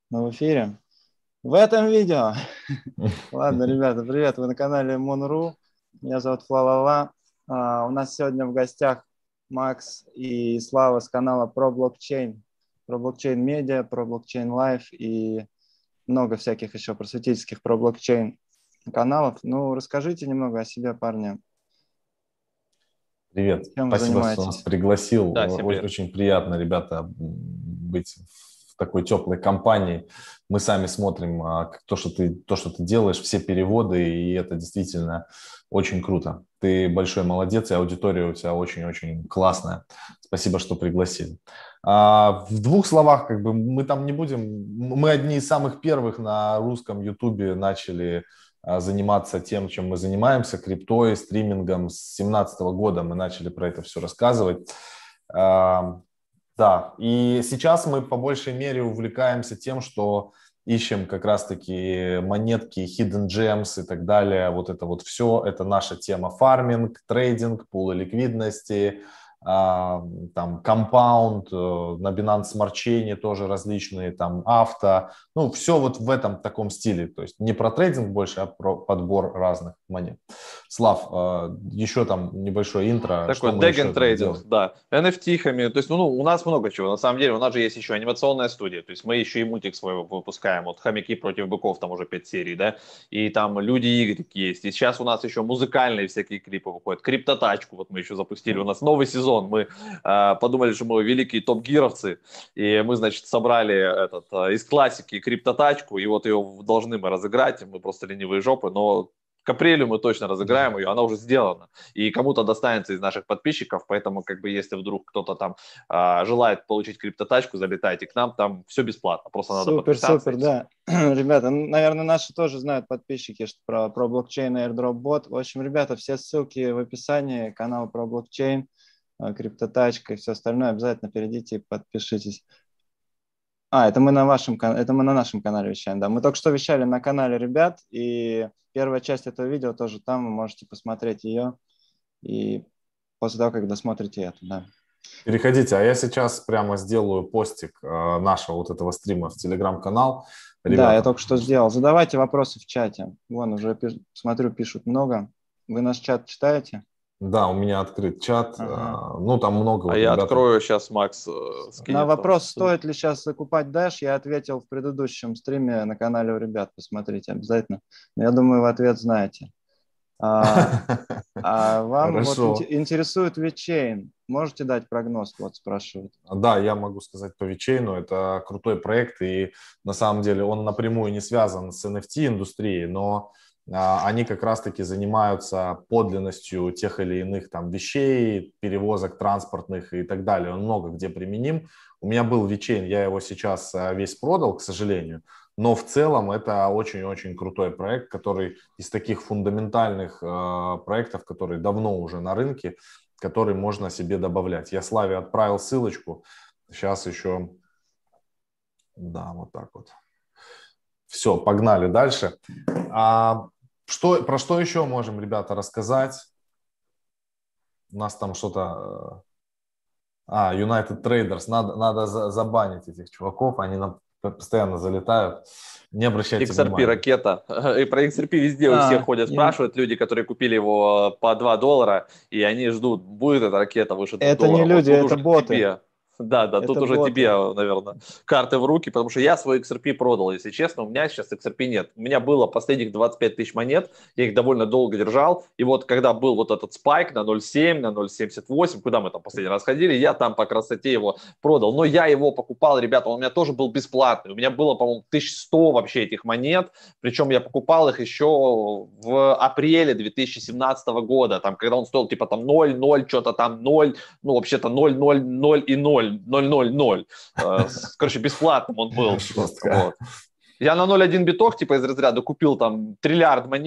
Мы в эфире. В этом видео. Ладно, ребята, привет. Вы на канале Moon.ru. Меня зовут Флалала. У нас сегодня в гостях Макс и Слава с канала Про Блокчейн. Про блокчейн медиа, про блокчейн лайф и много всяких еще просветительских про блокчейн каналов. Ну, расскажите немного о себе, парни. Привет, Чем вы спасибо, что нас занимаетесь? пригласил. Да, всем привет. Очень приятно, ребята, быть в такой теплой компании. Мы сами смотрим то, что ты делаешь, все переводы, и это действительно очень круто. Ты большой молодец, и аудитория у тебя очень-очень классная. Спасибо, что пригласили. В двух словах, как бы мы там не будем. Мы одни из самых первых на русском Ютубе начали заниматься тем, чем мы занимаемся, криптой, стримингом. С 2017 года мы начали про это все рассказывать. Да, и сейчас мы по большей мере увлекаемся тем, что ищем как раз-таки монетки, hidden gems и так далее. Вот это вот все, это наша тема: фарминг, трейдинг, пулы ликвидности, там компаунд, на Binance Smart Chain тоже различные, там авто, ну все вот в этом таком стиле, то есть не про трейдинг больше, а про подбор разных монет. Слав, еще там небольшое интро. Такой что мы еще деген трейдинг, делаем? да, NFT-хами, то есть, у нас много чего, на самом деле, у нас же есть еще анимационная студия, то есть мы еще и мультик свой выпускаем, вот «Хомяки против быков», там уже 5 серий, да, и там «Люди-игры» есть, и сейчас у нас еще музыкальные всякие клипы выходят, «Криптотачку» вот мы еще запустили, у нас новый сезон, мы подумали, что мы великие топ-гировцы, и мы, значит, собрали из классики «Криптотачку», и вот ее должны мы разыграть, мы просто ленивые жопы, но к апрелю мы точно разыграем ее, она уже сделана. И кому-то достанется из наших подписчиков, поэтому, как бы, если вдруг кто-то там желает получить криптотачку, залетайте к нам, там все бесплатно, просто надо подписаться. Супер, да. Ребята, наверное, наши тоже знают подписчики что про блокчейн и airdrop бот. В общем, ребята, все ссылки в описании, канал про блокчейн, криптотачка и все остальное. Обязательно перейдите и подпишитесь. Это мы на нашем канале вещаем, да. Мы только что вещали на канале ребят, и первая часть этого видео тоже там, вы можете посмотреть ее, и после того, как досмотрите это, да. Переходите, а я сейчас прямо сделаю постик нашего вот этого стрима в телеграм-канал. Ребята, да, я только что сделал. Задавайте вопросы в чате. Вон уже, смотрю, пишут много. Вы наш чат читаете? Да, у меня открыт чат, ну там много. Я открою сейчас, Макс, скинет. На вопрос, стоит ли сейчас закупать Dash, я ответил в предыдущем стриме на канале у ребят, посмотрите обязательно. Но я думаю, вы ответ знаете. Вам вот интересует VeChain. Можете дать прогноз, вот спрашивают. Да, я могу сказать по VeChain, это крутой проект, и на самом деле он напрямую не связан с NFT-индустрией, но они как раз-таки занимаются подлинностью тех или иных там вещей, перевозок транспортных и так далее. Он много где применим. У меня был VeChain, я его сейчас весь продал, к сожалению, но в целом это очень-очень крутой проект, который из таких фундаментальных проектов, которые давно уже на рынке, который можно себе добавлять. Я Славе отправил ссылочку, сейчас еще, да, вот так вот. Все, погнали дальше. Про что еще можем, ребята, рассказать? У нас там что-то... United Traders. Надо забанить этих чуваков. Они нам постоянно залетают. Не обращайте XRP внимания. ракета. И про XRP везде у всех ходят, спрашивают люди, которые купили его по $2, и они ждут, будет эта ракета выше $2. Это не люди, это боты. Тебе. Да, тут уже боты. Тебе, наверное, карты в руки, потому что я свой XRP продал, если честно, у меня сейчас XRP нет. У меня было последних 25 тысяч монет, я их довольно долго держал, и вот когда был вот этот спайк на 0.7, на 0.78, куда мы там последний раз ходили, я там по красоте его продал, но я его покупал, ребята, он у меня тоже был бесплатный, у меня было, по-моему, 1100 вообще этих монет, причем я покупал их еще в апреле 2017 года, там, когда он стоил типа там 0, что-то там 0, ну вообще-то 0, 0, 0 и 0. 0,00. Короче, бесплатным он был. Вот. Я на 0,1 биток, типа из разряда, купил там триллиард монет,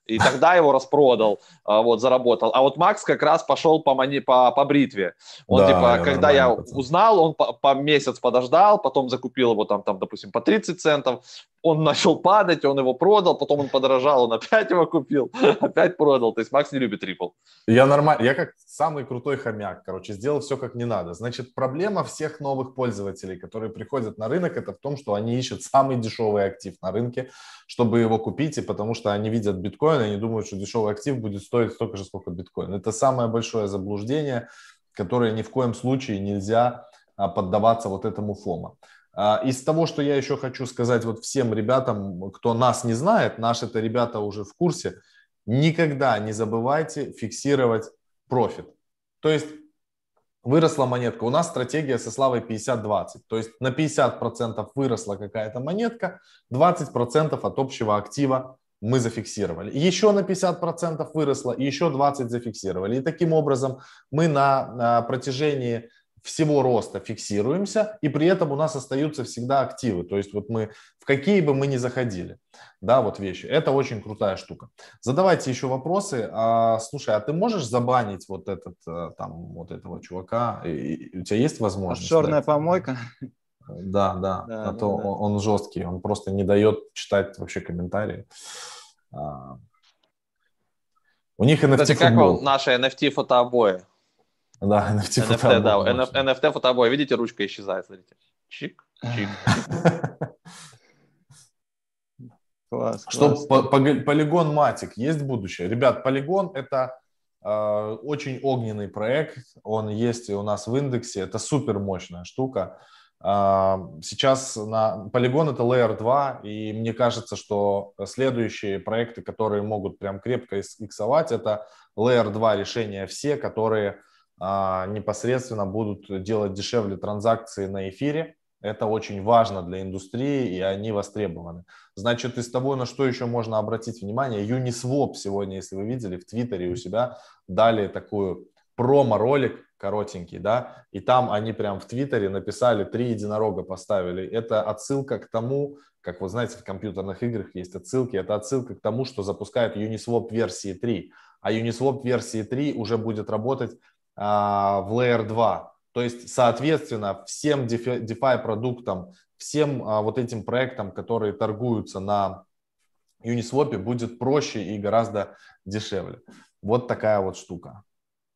И тогда его распродал, вот, заработал. А вот Макс как раз пошел по бритве. Он, Да, когда я пацан. узнал, он по месяц подождал, потом закупил его там, допустим, по 30 центов. Он начал падать, он его продал, потом он подорожал, он опять его купил, опять продал. То есть Макс не любит трипл. Я как самый крутой хомяк, сделал все как не надо. Значит, проблема всех новых пользователей, которые приходят на рынок, это в том, что они ищут самый дешевый актив на рынке, чтобы его купить, и потому что они видят биткоин, и они думают, что дешевый актив будет стоить столько же, сколько биткоин. Это самое большое заблуждение, которое ни в коем случае нельзя поддаваться вот этому фомо. Из того, что я еще хочу сказать вот всем ребятам, кто нас не знает, наши это ребята уже в курсе, никогда не забывайте фиксировать профит. То есть выросла монетка. У нас стратегия со Славой 50-20. То есть на 50% выросла какая-то монетка, 20% от общего актива мы зафиксировали. Еще на 50% выросло, и еще 20% зафиксировали. И таким образом мы на протяжении всего роста фиксируемся, и при этом у нас остаются всегда активы. То есть вот мы, в какие бы мы ни заходили, да, вот вещи. Это очень крутая штука. Задавайте еще вопросы. Слушай, а ты можешь забанить вот этого чувака? У тебя есть возможность? Офшорная помойка? Да. А то он жесткий, он просто не дает читать вообще комментарии. У них NFT Кстати, как футбол. вам наши NFT фотообои? Да, NFT фотообои. Да, NFT фотообои. Видите, ручка исчезает, смотрите. Чик, чик. Класс. Что Polygon Matic, есть будущее. Ребят, Polygon это очень огненный проект, он есть и у нас в индексе, это супер мощная штука. Сейчас Polygon это Layer 2, и мне кажется, что следующие проекты, которые могут прям крепко иксовать, это Layer 2 решения все, которые непосредственно будут делать дешевле транзакции на эфире. Это очень важно для индустрии, и они востребованы. Значит, из того, на что еще можно обратить внимание, Uniswap сегодня, если вы видели, в Твиттере у себя дали такую промо-ролик коротенький, да, и там они прям в Твиттере написали, 3 единорога поставили. Это отсылка к тому, как вы знаете, в компьютерных играх есть отсылки, это отсылка к тому, что запускают Uniswap версии 3. А Uniswap версии 3 уже будет работать в Layer 2. То есть, соответственно, всем DeFi продуктам, всем вот этим проектам, которые торгуются на Uniswap, будет проще и гораздо дешевле. Вот такая вот штука.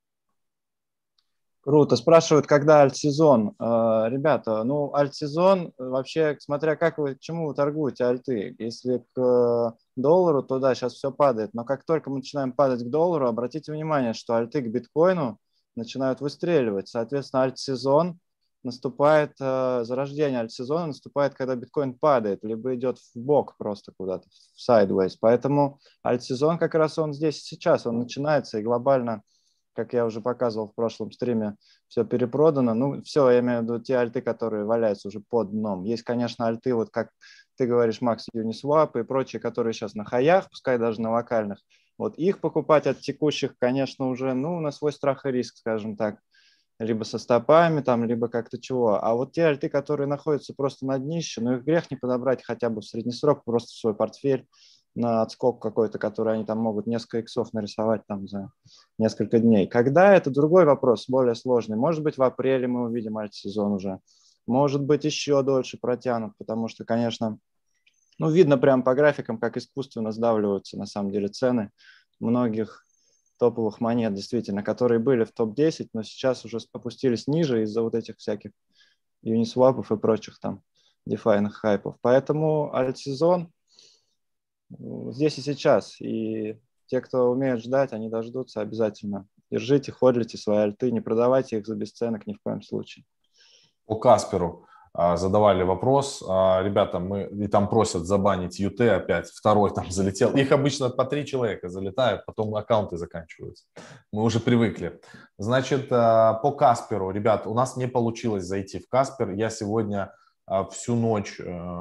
Круто. Спрашивают, когда альт-сезон. Ребята, альт-сезон вообще, смотря как к чему вы торгуете альты. Если к доллару, то да, сейчас все падает. Но как только мы начинаем падать к доллару, обратите внимание, что альты к биткоину начинают выстреливать. Соответственно, альт-сезон наступает, зарождение альт-сезона наступает, когда биткоин падает, либо идет в бок просто куда-то, в sideways. Поэтому альт-сезон как раз он здесь и сейчас, он начинается, и глобально, как я уже показывал в прошлом стриме, все перепродано. Все, я имею в виду те альты, которые валяются уже под дном. Есть, конечно, альты, вот как ты говоришь, Макс, Uniswap и прочие, которые сейчас на хаях, пускай даже на локальных. Вот их покупать от текущих, конечно, уже, на свой страх и риск, скажем так. Либо со стопами, либо как-то чего. А вот те альты, которые находятся просто на днище, их грех не подобрать хотя бы в средний срок, просто в свой портфель на отскок какой-то, который они там могут несколько иксов нарисовать за несколько дней. Когда? Это другой вопрос, более сложный. Может быть, в апреле мы увидим альт-сезон уже. Может быть, еще дольше протянут, потому что, конечно, видно прямо по графикам, как искусственно сдавливаются на самом деле цены многих топовых монет, действительно, которые были в топ-10, но сейчас уже опустились ниже из-за вот этих всяких юнисвапов и прочих дефайных хайпов. Поэтому альт-сезон здесь и сейчас. И те, кто умеет ждать, они дождутся обязательно. Держите, ходлите свои альты, не продавайте их за бесценок ни в коем случае. По Касперу задавали вопрос. Ребята, и там просят забанить ЮТ опять. Второй там залетел. Их обычно по 3 человека залетают, потом аккаунты заканчиваются. Мы уже привыкли. Значит, по Касперу, ребят, у нас не получилось зайти в Каспер. Я сегодня всю ночь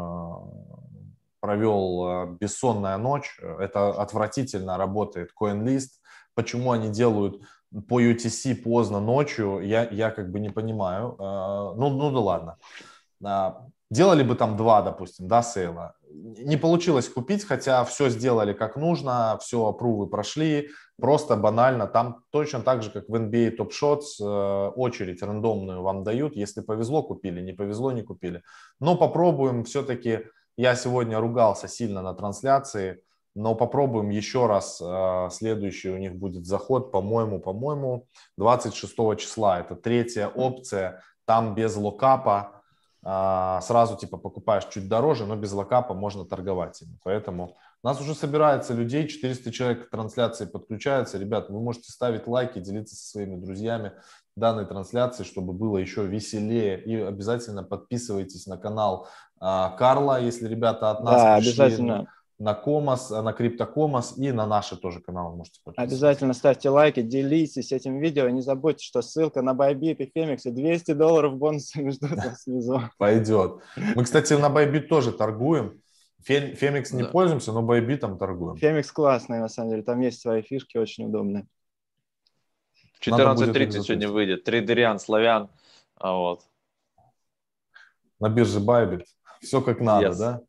провел бессонная ночь. Это отвратительно работает CoinList. Почему они делают по UTC поздно ночью, я как бы не понимаю. Ну да ладно. делали бы там 2, допустим, да, сейла. Не получилось купить, хотя все сделали как нужно, все апрувы прошли, просто банально. Там точно так же, как в NBA Top Shots, очередь рандомную вам дают. Если повезло, купили, не повезло, не купили. Но попробуем все-таки. Я сегодня ругался сильно на трансляции, но попробуем еще раз. Следующий у них будет заход, по-моему, 26 числа. Это третья опция, там без локапа. Сразу типа покупаешь чуть дороже, но без локапа можно торговать ими. Поэтому у нас уже собирается людей, 400 человек к трансляции подключаются. Ребят, вы можете ставить лайки, делиться со своими друзьями данной трансляции, чтобы было еще веселее. И обязательно подписывайтесь на канал Карла, если ребята от нас Да, пришли обязательно. на Комос, на Криптокомос и на наши тоже каналы можете подписываться. Обязательно ставьте лайки, делитесь этим видео. Не забудьте, что ссылка на Bybit и Femix, $200 бонусами ждут вас внизу. Пойдет. Мы, кстати, на Bybit тоже торгуем. Femix не Да. пользуемся, но Bybit торгуем. Femix классный, на самом деле. Там есть свои фишки, очень удобные. В 14:30 сегодня выйдет. Трейдериан, Славян. Вот. На бирже Bybit. Все как надо, Yes. да?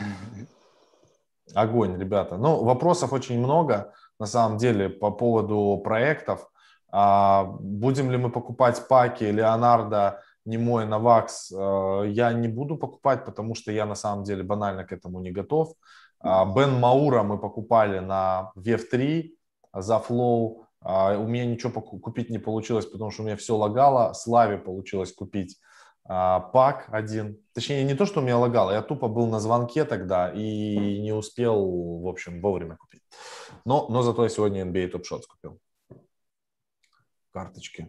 Огонь, ребята. Ну, вопросов очень много, на самом деле, по поводу проектов. Будем ли мы покупать паки Леонардо, Немой, Новакс? Я не буду покупать, потому что я на самом деле банально к этому не готов. Бен Маура мы покупали на VF3 за Flow. У меня ничего купить не получилось, потому что у меня все лагало. Славе получилось купить пак один. Точнее, не то, что у меня лагало, я тупо был на звонке тогда и не успел, в общем, вовремя купить. Но зато я сегодня NBA Top Shots купил. Карточки.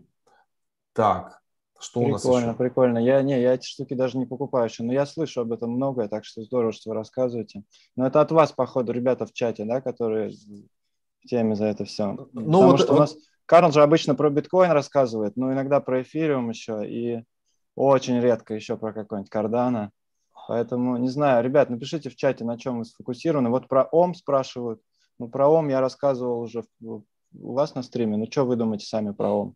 Так, что у нас еще? Прикольно. Я эти штуки даже не покупаю еще, но я слышу об этом многое, так что здорово, что вы рассказываете. Но это от вас, походу, ребята в чате, да, которые в теме за это все. Ну, потому вот, что у нас Карл же обычно про биткоин рассказывает, но иногда про эфириум еще и очень редко еще про какой-нибудь Cardano. Поэтому, не знаю, ребят, напишите в чате, на чем вы сфокусированы. Вот про ОМ спрашивают. Ну, про ОМ я рассказывал уже у вас на стриме. Ну, что вы думаете сами про ОМ?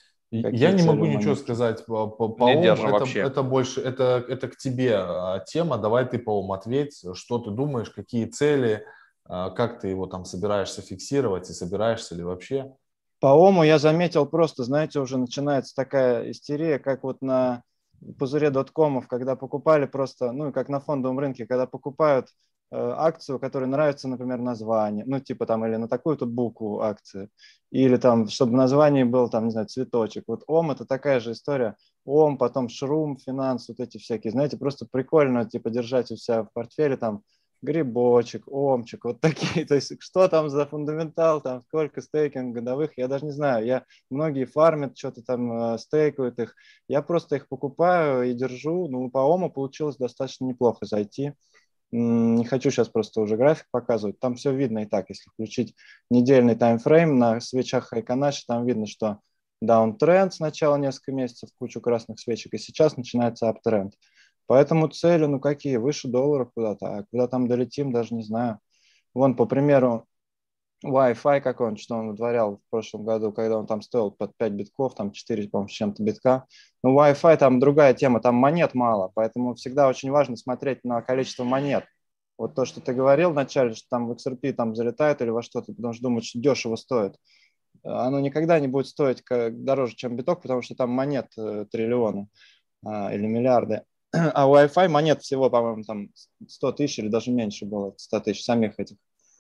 Я не могу ничего сказать по ОМ. Это больше, это к тебе тема. Давай ты по ОМ ответь. Что ты думаешь, какие цели, как ты его там собираешься фиксировать и собираешься ли вообще? По ОМу я заметил просто, знаете, уже начинается такая истерия, как вот на пузыре доткомов, когда покупали просто, ну, как на фондовом рынке, когда покупают акцию, которой нравится, например, название, ну, типа там, или на такую-то букву акции, или там, чтобы в названии был, там, не знаю, цветочек. Вот ОМ – это такая же история. ОМ, потом Шрум, Финанс, вот эти всякие, знаете, просто прикольно, типа, держать у себя в портфеле там грибочек, омчик, вот такие, то есть что там за фундаментал, там сколько стейкинг годовых, я даже не знаю, многие фармят, что-то там стейкают их, я просто их покупаю и держу, ну, по ОМу получилось достаточно неплохо зайти, не хочу сейчас просто уже график показывать, там все видно и так, если включить недельный таймфрейм на свечах Хайканаши, там видно, что даунтренд сначала несколько месяцев, кучу красных свечек, и сейчас начинается аптренд. Поэтому цели, ну какие, выше долларов куда-то, а куда там долетим, даже не знаю. Вон, по примеру, Wi-Fi какой-нибудь, что он вытворял в прошлом году, когда он там стоил под 5 битков, там 4, по-моему, с чем-то битка. Ну, Wi-Fi там другая тема, там монет мало, поэтому всегда очень важно смотреть на количество монет. Вот то, что ты говорил вначале, что там в XRP там залетает или во что-то, потому что думают, что дешево стоит. Оно никогда не будет стоить дороже, чем биток, потому что там монет триллионы или миллиарды. А у Wi-Fi монет всего, по-моему, там 100 тысяч или даже меньше было, 100 тысяч самих этих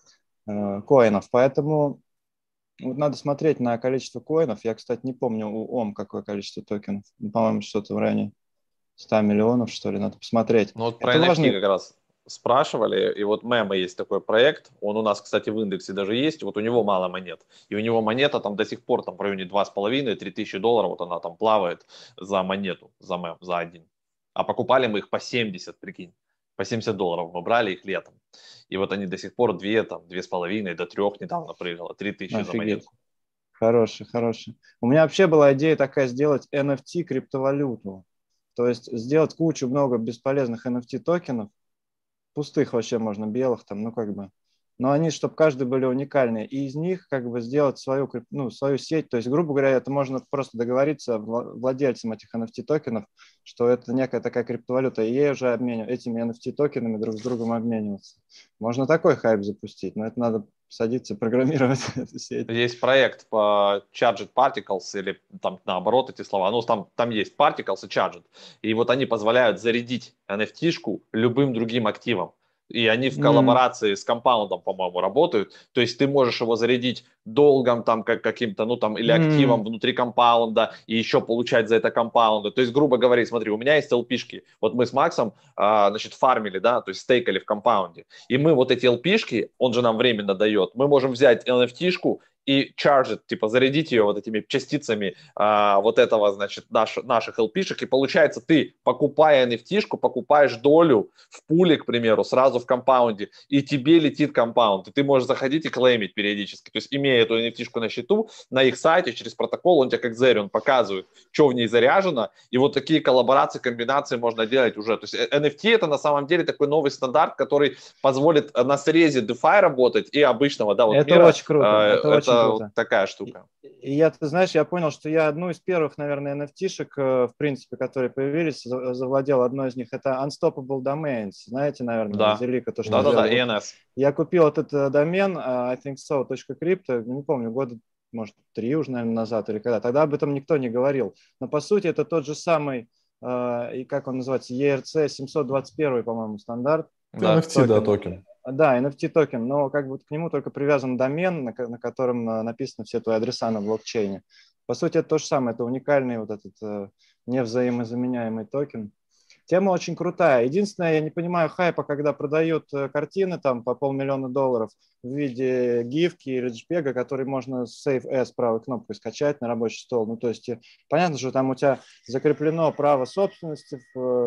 коинов. Поэтому вот надо смотреть на количество коинов. Я, кстати, не помню у ОМ какое количество токенов. По-моему, что-то в районе 100 миллионов, что ли. Надо посмотреть. Ну вот про NFT как раз спрашивали, и вот Мема есть такой проект, он у нас, кстати, в индексе даже есть, вот у него мало монет, и у него монета там до сих пор там в районе 2,5-3 тысячи долларов, вот она там плавает за монету, за Мем, за один. А покупали мы их по 70, прикинь, по 70 долларов мы брали их летом. И вот они до сих пор 2, там, 2,5 до 3 недавно прыгало, 3 тысячи за монетку. Хороший. У меня вообще была идея такая сделать NFT криптовалюту. То есть сделать кучу много бесполезных NFT токенов, пустых вообще можно, белых там, ну как бы, но они, чтобы каждый были уникальные, и из них как бы сделать свою, ну, свою сеть. То есть, грубо говоря, это можно просто договориться владельцам этих NFT-токенов, что это некая такая криптовалюта, и ей уже этими NFT-токенами друг с другом обмениваться. Можно такой хайп запустить, но это надо садиться программировать эту сеть. Есть проект по Charged Particles, или там наоборот эти слова, ну там есть Particles и Charged, и вот они позволяют зарядить NFT-шку любым другим активом. И они в коллаборации с компаундом, по-моему, работают. То есть ты можешь его зарядить долгом там каким-то, ну там, или активом внутри компаунда, и еще получать за это компаунды. То есть, грубо говоря, смотри, у меня есть LP-шки. Вот мы с Максом, значит, фармили, да, то есть стейкали в компаунде. И мы вот эти LP-шки, он же нам временно дает, мы можем взять NFT-шку и charge, типа зарядить ее вот этими частицами вот этого, значит, наших LP-шек, и получается ты, покупая NFT-шку, покупаешь долю в пуле, к примеру, сразу в компаунде, и тебе летит компаунд, и ты можешь заходить и клеймить периодически, то есть имея эту NFT-шку на счету, на их сайте через протокол, он тебе как Zerion показывает, что в ней заряжено, и вот такие коллаборации, комбинации можно делать уже, то есть NFT это на самом деле такой новый стандарт, который позволит на срезе DeFi работать и обычного, да, вот это мира. Очень круто, это очень круто. Вот такая штука. И я, ты знаешь, я понял, что я одну из первых, наверное, NFT-шек, в принципе, которые появились, завладел одной из них. Это Unstoppable Domains. Знаете, наверное, Да. Зелика, то, что Да, делал. ENS. Я купил этот домен, I think so.crypto, не помню, года, может, 3 уже, наверное, назад или когда. Тогда об этом никто не говорил. Но, по сути, это тот же самый, и как он называется, ERC 721, по-моему, стандарт. Да. NFT, да, токен. Да, NFT токен, но как бы к нему только привязан домен, на котором написаны все твои адреса на блокчейне. По сути, это то же самое, это уникальный вот этот невзаимозаменяемый токен. Тема очень крутая. Единственное, я не понимаю хайпа, когда продают картины там по $500 в виде гифки или JPEG, который можно с Save As правой кнопкой скачать на рабочий стол. Ну, то есть понятно, что там у тебя закреплено право собственности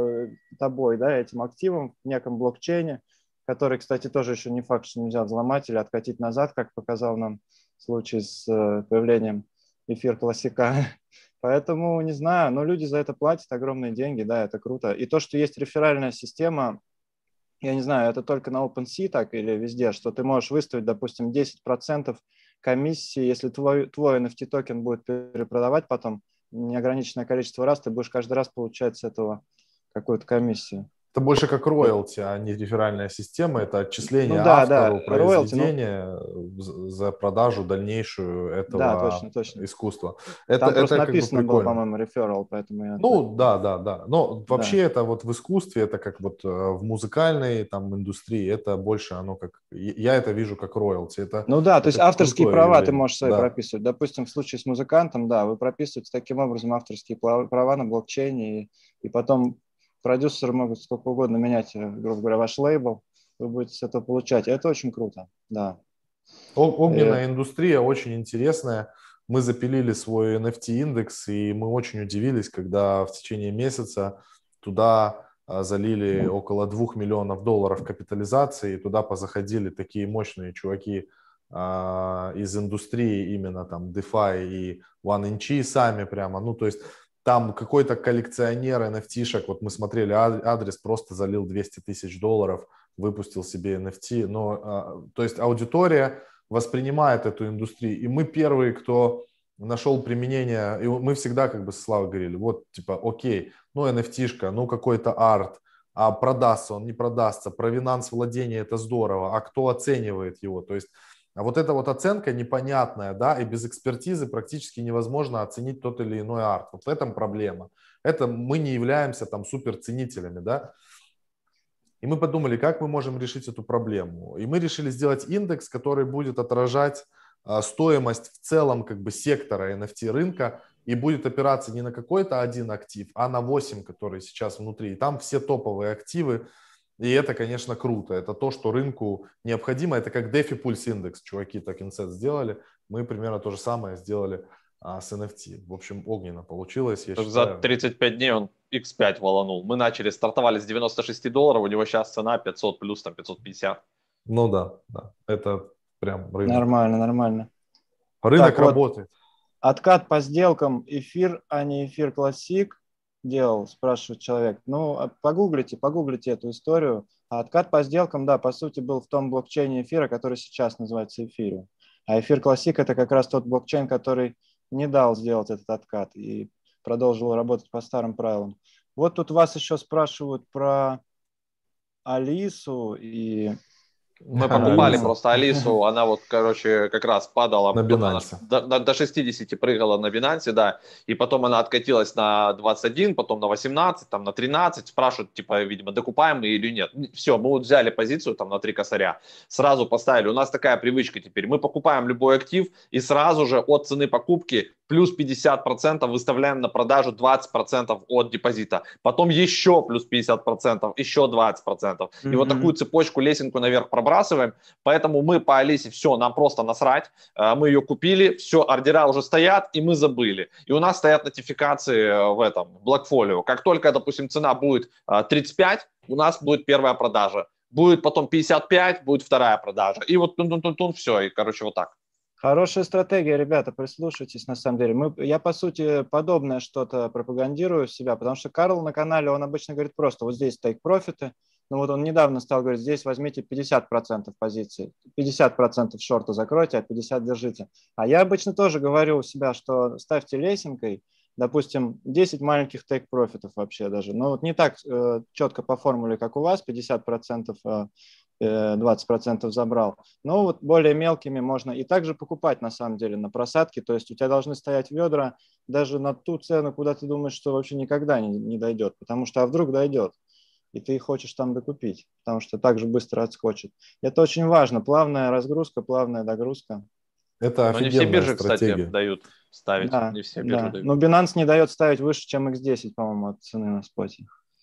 тобой, да, этим активом в неком блокчейне, который, кстати, тоже еще не факт, что нельзя взломать или откатить назад, как показал нам случай с появлением эфир классика. Поэтому, не знаю, но люди за это платят огромные деньги, да, это круто. И то, что есть реферальная система, я не знаю, это только на OpenSea так или везде, что ты можешь выставить, допустим, 10% комиссии, если твой NFT-токен будет перепродавать потом неограниченное количество раз, ты будешь каждый раз получать с этого какую-то комиссию. Это больше как роялти, а не реферальная система. Это отчисление да, автору произведения за продажу дальнейшую этого точно. искусства. Там это просто как написано бы было, по-моему, referral, поэтому я... Ну, да. Но вообще это вот в искусстве, это как вот в музыкальной там индустрии, это больше оно как... Я это вижу как роялти. Ну да, то есть авторские права явление. ты можешь свои прописывать. Допустим, в случае с музыкантом, да, вы прописываете таким образом авторские права на блокчейне, и потом продюсеры могут сколько угодно менять, грубо говоря, ваш лейбл, вы будете с этого получать. Это очень круто, да. Огненная индустрия очень интересная. Мы запилили свой NFT-индекс, и мы очень удивились, когда в течение месяца туда залили около $2 миллионов капитализации, и туда позаходили такие мощные чуваки из индустрии, именно там DeFi и OneInch сами прямо. Ну, то есть там какой-то коллекционер NFT-шек, вот мы смотрели адрес, просто залил $200 тысяч, выпустил себе NFT. Но, то есть аудитория воспринимает эту индустрию. И мы первые, кто нашел применение, и мы всегда как бы со Славой говорили, вот типа, окей, ну NFT-шка, ну какой-то арт, а продастся он, не продастся, провинанс владения это здорово, а кто оценивает его, то есть а вот эта вот оценка непонятная, да, и без экспертизы практически невозможно оценить тот или иной арт. Вот в этом проблема. Это мы не являемся там суперценителями, да. И мы подумали, как мы можем решить эту проблему. И мы решили сделать индекс, который будет отражать стоимость в целом как бы сектора NFT рынка и будет опираться не на какой-то один актив, а на 8, которые сейчас внутри. И там все топовые активы. И это, конечно, круто. Это то, что рынку необходимо. Это как DeFi Pulse Index. Чуваки так Inset сделали. Мы примерно то же самое сделали с NFT. В общем, огненно получилось, я считаю. За 35 дней он X5 валанул. Мы стартовали с $96, у него сейчас цена 500 плюс, там 550. Ну да. Это прям рынок. Нормально. Рынок так, работает. Вот, откат по сделкам эфир, а не эфир классик делал, спрашивает человек. Ну, погуглите эту историю. А откат по сделкам, да, по сути, был в том блокчейне эфира, который сейчас называется эфириум. А эфир Classic – это как раз тот блокчейн, который не дал сделать этот откат и продолжил работать по старым правилам. Вот тут вас еще спрашивают про Алису и... Мы покупали Алиса. просто Алису, она вот, короче, как раз падала, На Binance. до 60 прыгала на Binance, да, и потом она откатилась на 21, потом на 18, там на 13, спрашивают, типа, видимо, докупаем мы или нет. Все, мы вот взяли позицию там на 3 косаря, сразу поставили, у нас такая привычка теперь, мы покупаем любой актив и сразу же от цены покупки плюс 50% выставляем на продажу 20% от депозита, потом еще плюс 50%, еще 20%, и вот такую цепочку, лесенку наверх пробрасываем, поэтому мы по Алисе все, нам просто насрать, мы ее купили, все, ордера уже стоят, и мы забыли. И у нас стоят нотификации в этом, в Blackfolio. Как только, допустим, цена будет 35, у нас будет первая продажа. Будет потом 55, будет вторая продажа. И вот тун-тун-тун-тун, все, и, короче, вот так. Хорошая стратегия, ребята, прислушайтесь, на самом деле. Я, по сути, подобное что-то пропагандирую себя, потому что Карл на канале, он обычно говорит просто, вот здесь тейк-профиты, но вот он недавно стал говорить, здесь возьмите 50% позиций, 50% шорта закройте, а 50% держите. А я обычно тоже говорю у себя, что ставьте лесенкой, допустим, 10 маленьких тейк-профитов вообще даже. Но вот не так четко по формуле, как у вас, 50%, 20% забрал. Но вот более мелкими можно и также покупать на самом деле на просадке. То есть у тебя должны стоять ведра даже на ту цену, куда ты думаешь, что вообще никогда не дойдет. Потому что вдруг дойдет, и ты хочешь там докупить, потому что так же быстро отскочит. Это очень важно. Плавная разгрузка, плавная догрузка. Это Но не все офигенная биржи, стратегия. кстати, дают ставить. Да, Не все биржи да. дают. Но Binance не дает ставить выше, чем X10, по-моему, от цены на споте.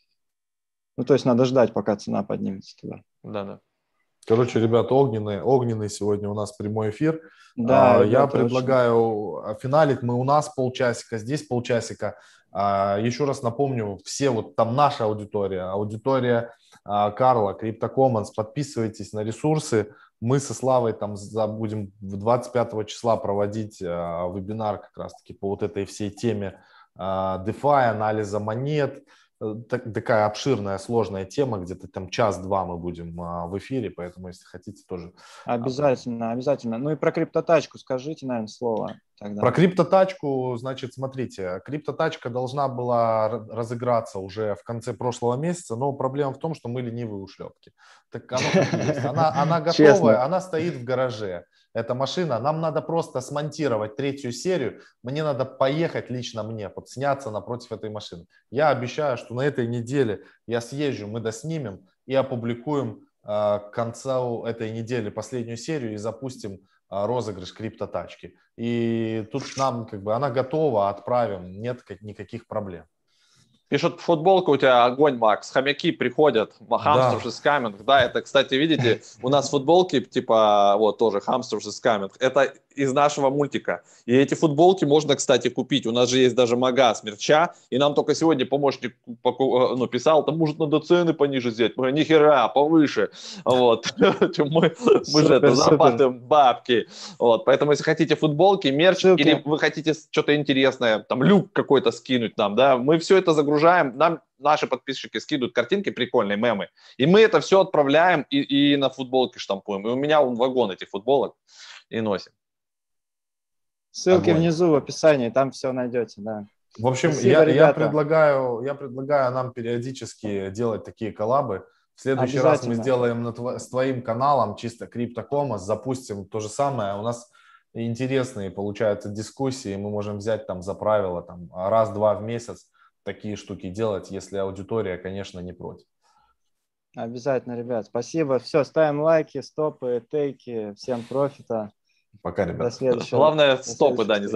Ну, то есть надо ждать, пока цена поднимется туда. Да. Короче, ребята, огненный сегодня у нас прямой эфир. Да, Я ребята, предлагаю финалить. Мы у нас полчасика, здесь полчасика. Еще раз напомню, все вот там наша аудитория Карла, CryptoCommons, подписывайтесь на ресурсы. Мы со Славой там будем 25 числа проводить вебинар как раз-таки по вот этой всей теме DeFi, анализа монет. Такая обширная, сложная тема, где-то там час-два мы будем в эфире, поэтому, если хотите, тоже... Обязательно, обязательно. Ну и про криптотачку скажите, наверное, слово тогда. Про криптотачку, значит, смотрите, криптотачка должна была разыграться уже в конце прошлого месяца, но проблема в том, что мы ленивые ушлепки. Так оно как есть. Она готовая, она стоит в гараже. Эта машина, нам надо просто смонтировать 3-ю серию, мне надо поехать лично мне, сняться напротив этой машины. Я обещаю, что на этой неделе я съезжу, мы доснимем и опубликуем к концу этой недели последнюю серию и запустим розыгрыш криптотачки. И тут нам она готова, отправим, нет никаких проблем. Пишут, футболка у тебя огонь, Макс, хомяки приходят, Hamsters is coming. Да, это, кстати, видите, у нас футболки, типа, вот тоже Hamsters is coming. Это из нашего мультика. И эти футболки можно, кстати, купить. У нас же есть даже магаз мерча, и нам только сегодня помощник писал, там, может, надо цены пониже сделать. Мы говорим, нихера, повыше. Вот. Мы же это зарабатываем бабки. Вот. Поэтому, если хотите футболки, мерч, или вы хотите что-то интересное, там, люк какой-то скинуть нам, да, мы все это загружаем, нам наши подписчики скидывают картинки прикольные, мемы, и мы это все отправляем и на футболки штампуем. И у меня вагон этих футболок и носим. Ссылки внизу в описании, там все найдете, да. В общем, я предлагаю нам периодически делать такие коллабы. В следующий раз мы сделаем с твоим каналом чисто CryptoCommons, запустим то же самое. У нас интересные получаются дискуссии, мы можем взять там за правило там, раз-два в месяц такие штуки делать, если аудитория, конечно, не против. Обязательно, ребят. Спасибо. Все, ставим лайки, стопы, тейки. Всем профита. Пока, ребята. Главное, стопы, да, не забывайте.